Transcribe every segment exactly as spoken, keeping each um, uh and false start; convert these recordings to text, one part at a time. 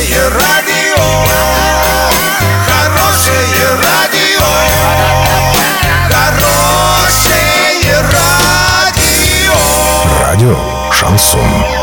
Хорошее радио, хорошее радио, хорошее радио. Радио Шансон.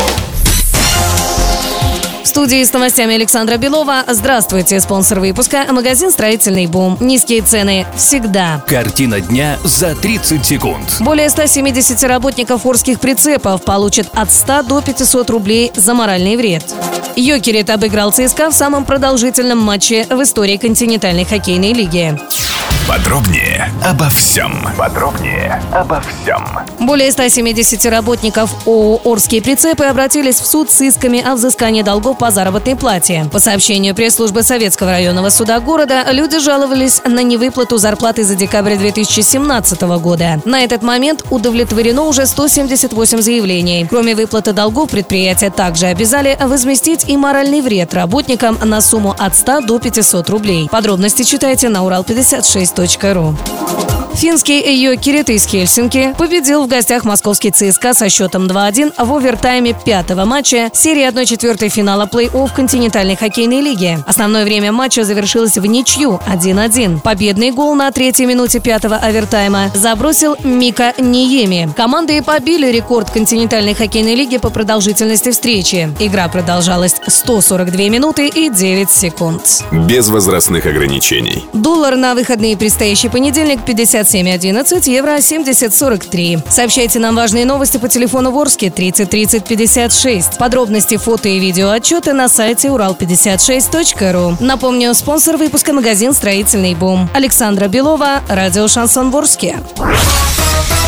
В студии с новостями Александра Белова. Здравствуйте. Спонсор выпуска — магазин «Строительный бум». Низкие цены всегда. Картина дня за тридцать секунд. Более ста семидесяти работников Орских прицепов получат от ста до пятисот рублей за моральный вред. Йокерит обыграл ЦСКА в самом продолжительном матче в истории континентальной хоккейной лиги. Подробнее обо всем. Подробнее обо всем. Более ста семидесяти работников ООО «Орские прицепы» обратились в суд с исками о взыскании долгов по заработной плате. По сообщению пресс-службы Советского районного суда города, люди жаловались на невыплату зарплаты за декабрь две тысячи семнадцатого года. На этот момент удовлетворено уже сто семьдесят восемь заявлений. Кроме выплаты долгов, предприятия также обязали возместить и моральный вред работникам на сумму от ста до пятисот рублей. Подробности читайте на урал пятьдесят шесть точка ру. Финский Йокерит из Хельсинки победил в гостях московский ЦСКА со счетом два один в овертайме пятого матча серии одна четвертая финала плей-офф континентальной хоккейной лиги. Основное время матча завершилось в ничью один один. Победный гол на третьей минуте пятого овертайма забросил Мика Ниеми. Команды побили рекорд континентальной хоккейной лиги по продолжительности встречи. Игра продолжалась сто сорок две минуты и девять секунд. Без возрастных ограничений. Доллар на выходные предстоящий понедельник пятьдесят семь одиннадцать, евро семьдесят сорок три. Сообщайте нам важные новости по телефону в Орске тридцать тридцать пятьдесят шесть. Подробности, фото и видео отчеты на сайте урал пятьдесят шесть точка ру. Напомню, спонсор выпуска — магазин «Строительный бум». Александра Белова, радио Шансон в Орске.